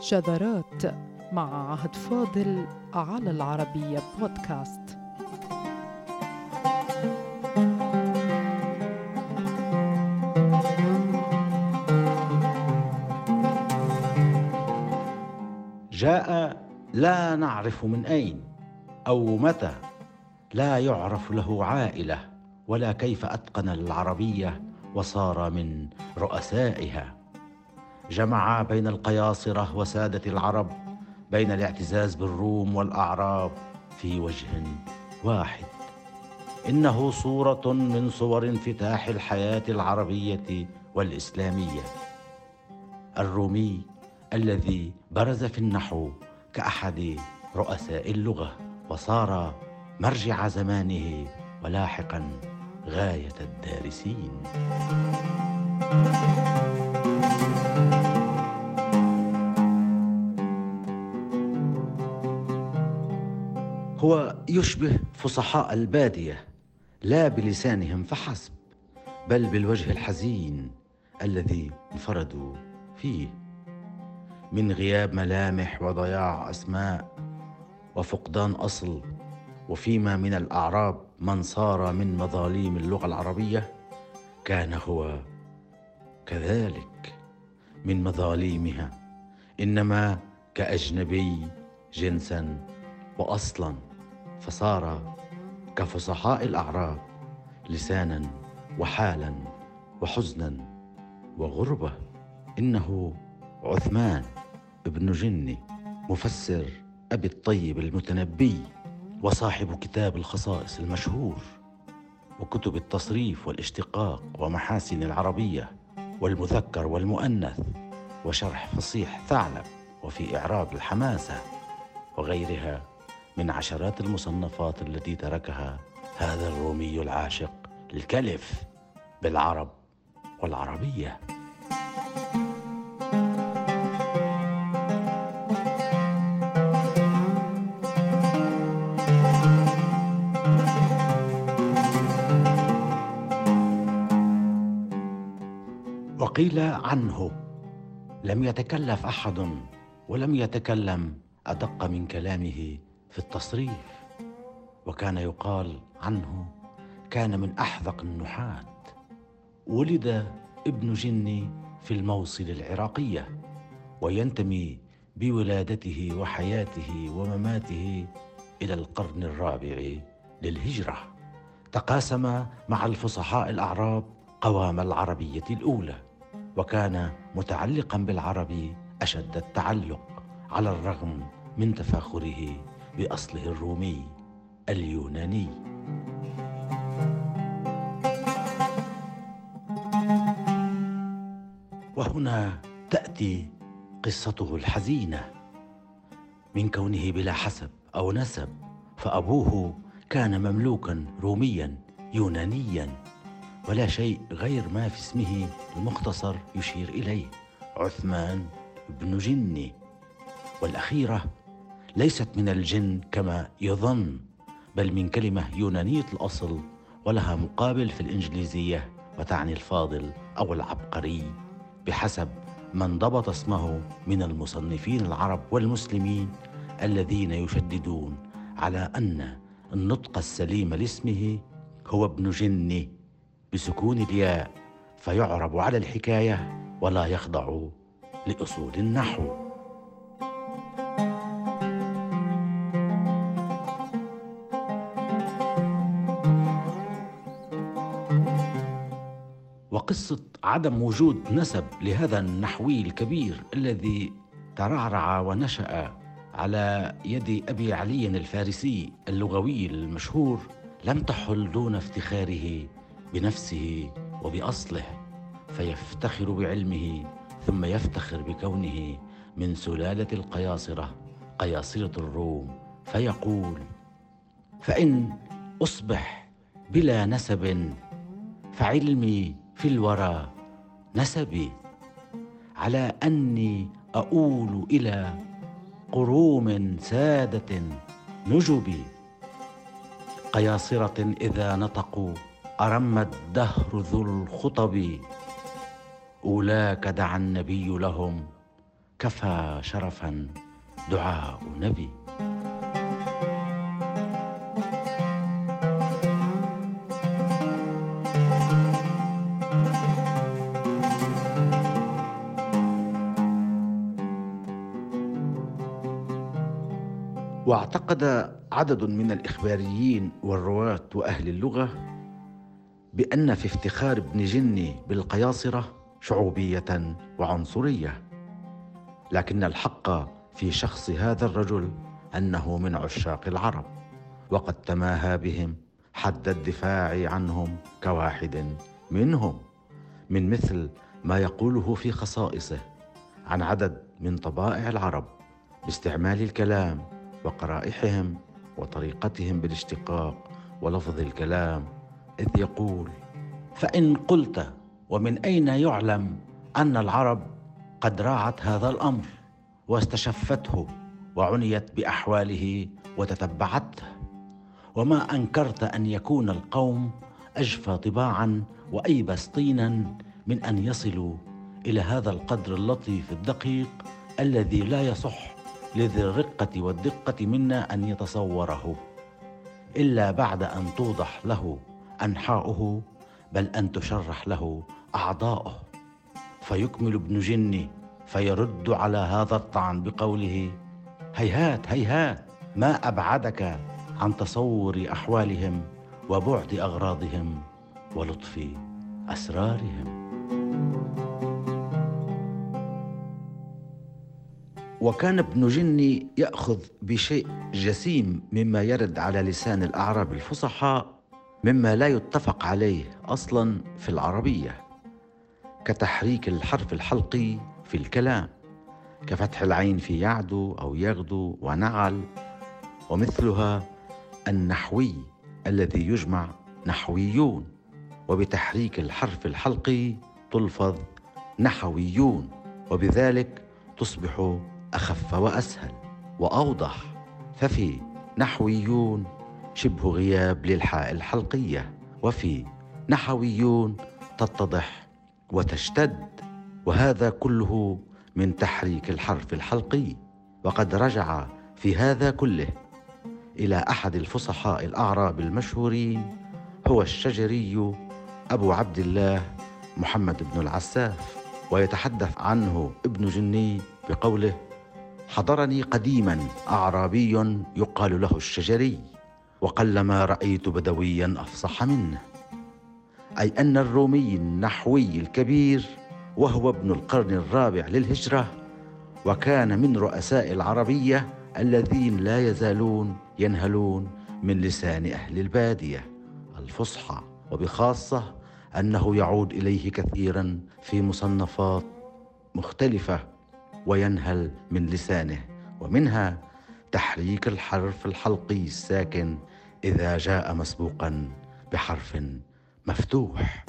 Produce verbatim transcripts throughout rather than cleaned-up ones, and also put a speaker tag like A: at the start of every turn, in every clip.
A: شذرات مع عهد فاضل على العربية بودكاست.
B: جاء لا نعرف من أين أو متى، لا يعرف له عائلة ولا كيف أتقن العربية وصار من رؤسائها. جمع بين القياصرة وسادة العرب، بين الاعتزاز بالروم والأعراب في وجه واحد. إنه صورة من صور انفتاح الحياة العربية والإسلامية. الرومي الذي برز في النحو كأحد رؤساء اللغة وصار مرجع زمانه ولاحقا غاية الدارسين. هو يشبه فصحاء البادية، لا بلسانهم فحسب بل بالوجه الحزين الذي انفردوا فيه، من غياب ملامح وضياع أسماء وفقدان أصل. وفيما من الأعراب من صار من مظاليم اللغة العربية، كان هو كذلك من مظاليمها، إنما كأجنبي جنسا وأصلا، فصار كفصحاء الأعراب لسانا وحالا وحزنا وغربة. إنه عثمان ابن جني، مفسر أبي الطيب المتنبي، وصاحب كتاب الخصائص المشهور، وكتب التصريف والاشتقاق ومحاسن العربية والمذكر والمؤنث وشرح فصيح ثعلب وفي إعراب الحماسة وغيرها من عشرات المصنفات التي تركها هذا الرومي العاشق الكلف بالعرب والعربية. وقيل عنه: لم يتكلف أحد ولم يتكلم أدق من كلامه في التصريف. وكان يقال عنه: كان من أحذق النحاة. ولد ابن جني في الموصل العراقية، وينتمي بولادته وحياته ومماته إلى القرن الرابع للهجرة. تقاسم مع الفصحاء الأعراب قوام العربية الأولى، وكان متعلقا بالعرب أشد التعلق، على الرغم من تفاخره بأصله الرومي اليوناني. وهنا تأتي قصته الحزينة من كونه بلا حسب أو نسب، فأبوه كان مملوكا روميا يونانيا، ولا شيء غير ما في اسمه المختصر يشير إليه: عثمان بن جني. والأخيرة ليست من الجن كما يظن، بل من كلمة يونانية الأصل ولها مقابل في الإنجليزية، وتعني الفاضل أو العبقري بحسب من ضبط اسمه من المصنفين العرب والمسلمين، الذين يشددون على أن النطق السليم لاسمه هو ابن جني بسكون الياء، فيعرب على الحكاية ولا يخضع لأصول النحو. وقصة عدم وجود نسب لهذا النحوي الكبير الذي ترعرع ونشأ على يد أبي علي الفارسي اللغوي المشهور لم تحل دون افتخاره بنفسه وبأصله، فيفتخر بعلمه ثم يفتخر بكونه من سلالة القياصرة، قياصرة الروم، فيقول: فإن أصبح بلا نسب فعلمي في الورى نسبي، على أني أؤول إلى قروم سادة نجبي، قياصرة إذا نطقوا أرم الدهر ذو الخطب، أولاك دعا النبي لهم كفى شرفا دعاء نبي. واعتقد عدد من الإخباريين والرواة وأهل اللغة بأن في افتخار ابن جني بالقياصرة شعوبية وعنصرية، لكن الحق في شخص هذا الرجل أنه من عشاق العرب، وقد تماهى بهم حد الدفاع عنهم كواحد منهم، من مثل ما يقوله في خصائصه عن عدد من طبائع العرب باستعمال الكلام وقرائحهم وطريقتهم بالاشتقاق ولفظ الكلام، إذ يقول: فإن قلت ومن أين يعلم أن العرب قد راعت هذا الأمر واستشفته وعنيت بأحواله وتتبعته، وما أنكرت أن يكون القوم أجفى طباعا وأيبس طينا من أن يصلوا إلى هذا القدر اللطيف الدقيق الذي لا يصح لذي الرقة والدقة منا أن يتصوره إلا بعد أن توضح له أنحاؤه، بل أن تشرح له أعضاؤه. فيكمل ابن جني فيرد على هذا الطعن بقوله: هيهات هيهات، ما أبعدك عن تصور أحوالهم وبعد أغراضهم ولطف أسرارهم. وكان ابن جني يأخذ بشيء جسيم مما يرد على لسان الأعراب الفصحاء، مما لا يتفق عليه أصلاً في العربية، كتحريك الحرف الحلقي في الكلام، كفتح العين في يعدو أو يغدو ونعل، ومثلها النحوي الذي يجمع نحويون، وبتحريك الحرف الحلقي تلفظ نحويون، وبذلك تصبح أخف وأسهل وأوضح. ففي نحويون شبه غياب للحاء الحلقية، وفي نحويون تتضح وتشتد، وهذا كله من تحريك الحرف الحلقي. وقد رجع في هذا كله إلى أحد الفصحاء الأعراب المشهورين، هو الشجري أبو عبد الله محمد بن العساف، ويتحدث عنه ابن جني بقوله: حضرني قديما أعرابي يقال له الشجري، وقلما رأيت بدويا أفصح منه، أي أن الرومي النحوي الكبير، وهو ابن القرن الرابع للهجرة، وكان من رؤساء العربية الذين لا يزالون ينهلون من لسان أهل البادية الفصحى، وبخاصة أنه يعود إليه كثيرا في مصنفات مختلفة وينهل من لسانه، ومنها تحريك الحرف الحلقي الساكن إذا جاء مسبوقا بحرف مفتوح.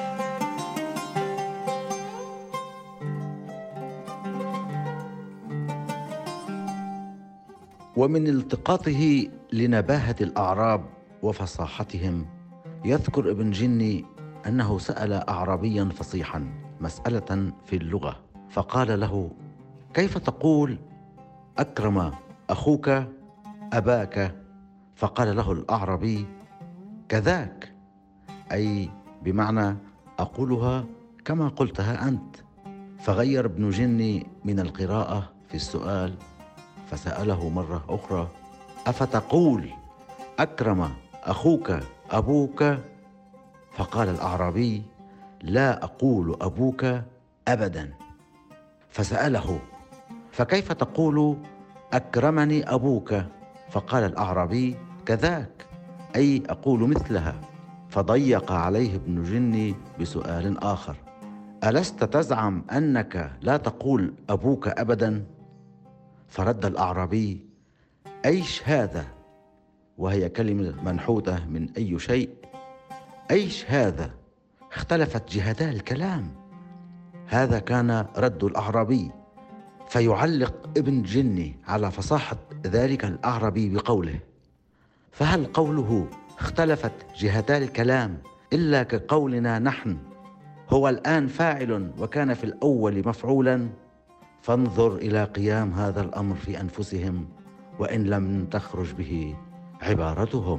B: ومن التقاطه لنباهة الأعراب وفصاحتهم، يذكر ابن جني أنه سأل أعرابيا فصيحا مسألة في اللغة، فقال له: كيف تقول أكرم أخوك أباك؟ فقال له الأعرابي: كذاك، أي بمعنى أقولها كما قلتها أنت. فغير ابن جني من القراءة في السؤال فسأله مرة أخرى: أفتقول أكرم أخوك أبوك؟ فقال الأعرابي: لا أقول أبوك أبدا. فسأله: فكيف تقول أكرمني أبوك؟ فقال الأعرابي: كذاك، أي أقول مثلها. فضيق عليه ابن جني بسؤال آخر: ألست تزعم أنك لا تقول أبوك أبدا؟ فرد الأعرابي: أيش هذا؟ وهي كلمة منحوتة من أي شيء. أيش هذا؟ اختلفت جهتا الكلام. هذا كان رد الأعرابي. فيعلق ابن جني على فصاحة ذلك الأعرابي بقوله: فهل قوله اختلفت جهتا الكلام إلا كقولنا نحن هو الآن فاعل وكان في الأول مفعولا؟ فانظر إلى قيام هذا الأمر في أنفسهم وإن لم تخرج به عبارتهم.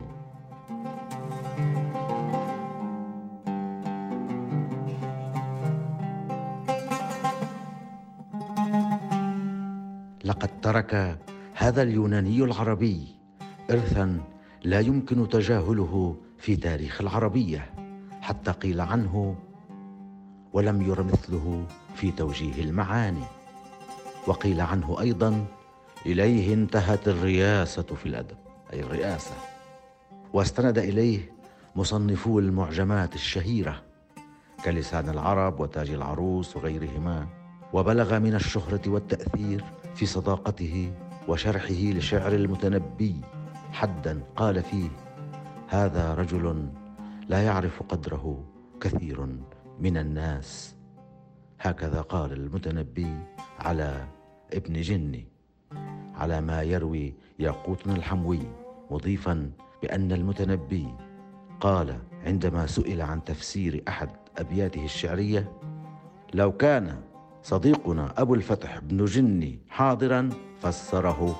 B: لقد ترك هذا اليوناني العربي إرثاً لا يمكن تجاهله في تاريخ العربية، حتى قيل عنه ولم ير مثله في توجيه المعاني، وقيل عنه أيضاً إليه انتهت الرياسة في الأدب، أي الرئاسة، واستند إليه مصنفو المعجمات الشهيرة كلسان العرب وتاج العروس وغيرهما، وبلغ من الشهرة والتأثير في صداقته وشرحه لشعر المتنبي حداً قال فيه: هذا رجل لا يعرف قدره كثير من الناس. هكذا قال المتنبي على ابن جني، على ما يروي ياقوتنا الحموي، مضيفاً بأن المتنبي قال عندما سئل عن تفسير أحد أبياته الشعرية: لو كان صديقنا أبو الفتح بن جني حاضراً فسره.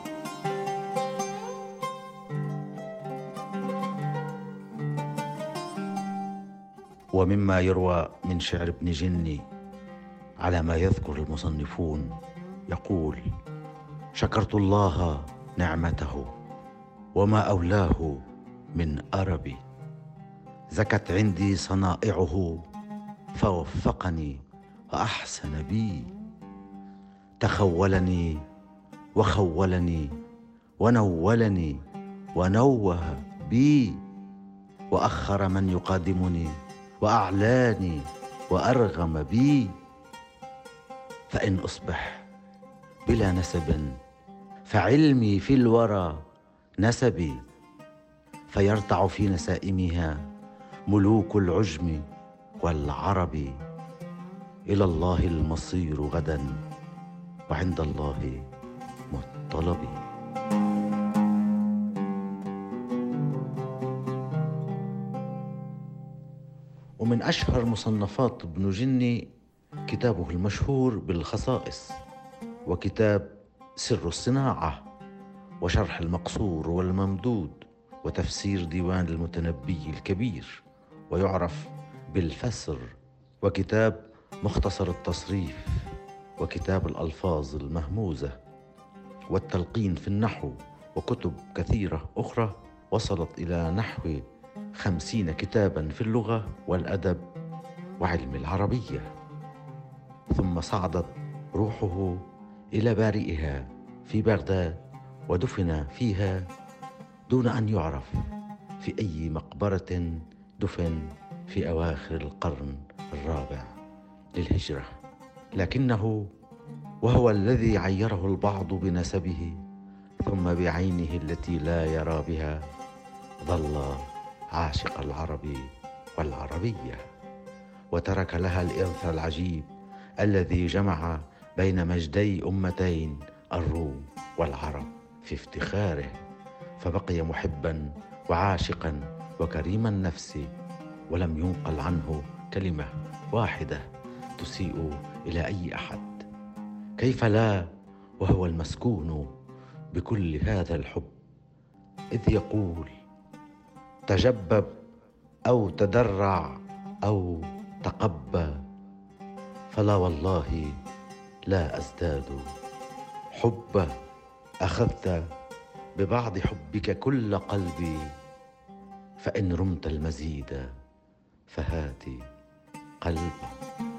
B: ومما يروى من شعر ابن جني على ما يذكر المصنفون يقول: شكرت الله نعمته وما أولاه من أرب، زكت عندي صنائعه فوفقني وأحسن بي، تخولني وخولني ونولني ونوه بي، وأخر من يقادمني وأعلاني وأرغم بي. فإن أصبح بلا نسب فعلمي في الورى نسبي، فيرتع في نسائمها ملوك العجم والعرب. إلى الله المصير غدا وعند الله مطلبي. ومن أشهر مصنفات ابن جني كتابه المشهور بالخصائص، وكتاب سر الصناعة، وشرح المقصور والممدود، وتفسير ديوان المتنبي الكبير ويعرف بالفسر، وكتاب مختصر التصريف، وكتاب الألفاظ المهموزة، والتلقين في النحو، وكتب كثيرة أخرى وصلت إلى نحو خمسين كتابا في اللغة والأدب وعلم العربية. ثم صعدت روحه إلى بارئها في بغداد، ودفن فيها دون أن يعرف في أي مقبرة دفن في أواخر القرن الرابع للهجرة، لكنه وهو الذي عيره البعض بنسبه ثم بعينه التي لا يرى بها، ظل عاشق العرب والعربية، وترك لها الإرث العجيب الذي جمع بين مجدي أمتين الروم والعرب في افتخاره، فبقي محبا وعاشقا وكريم النفس، ولم ينقل عنه كلمة واحدة تسيء إلى أي أحد. كيف لا وهو المسكون بكل هذا الحب، إذ يقول: تجبب أو تدرع أو تقبى، فلا والله لا أزداد حبا. أخذت ببعض حبك كل قلبي، فإن رمت المزيد فهات قلبا.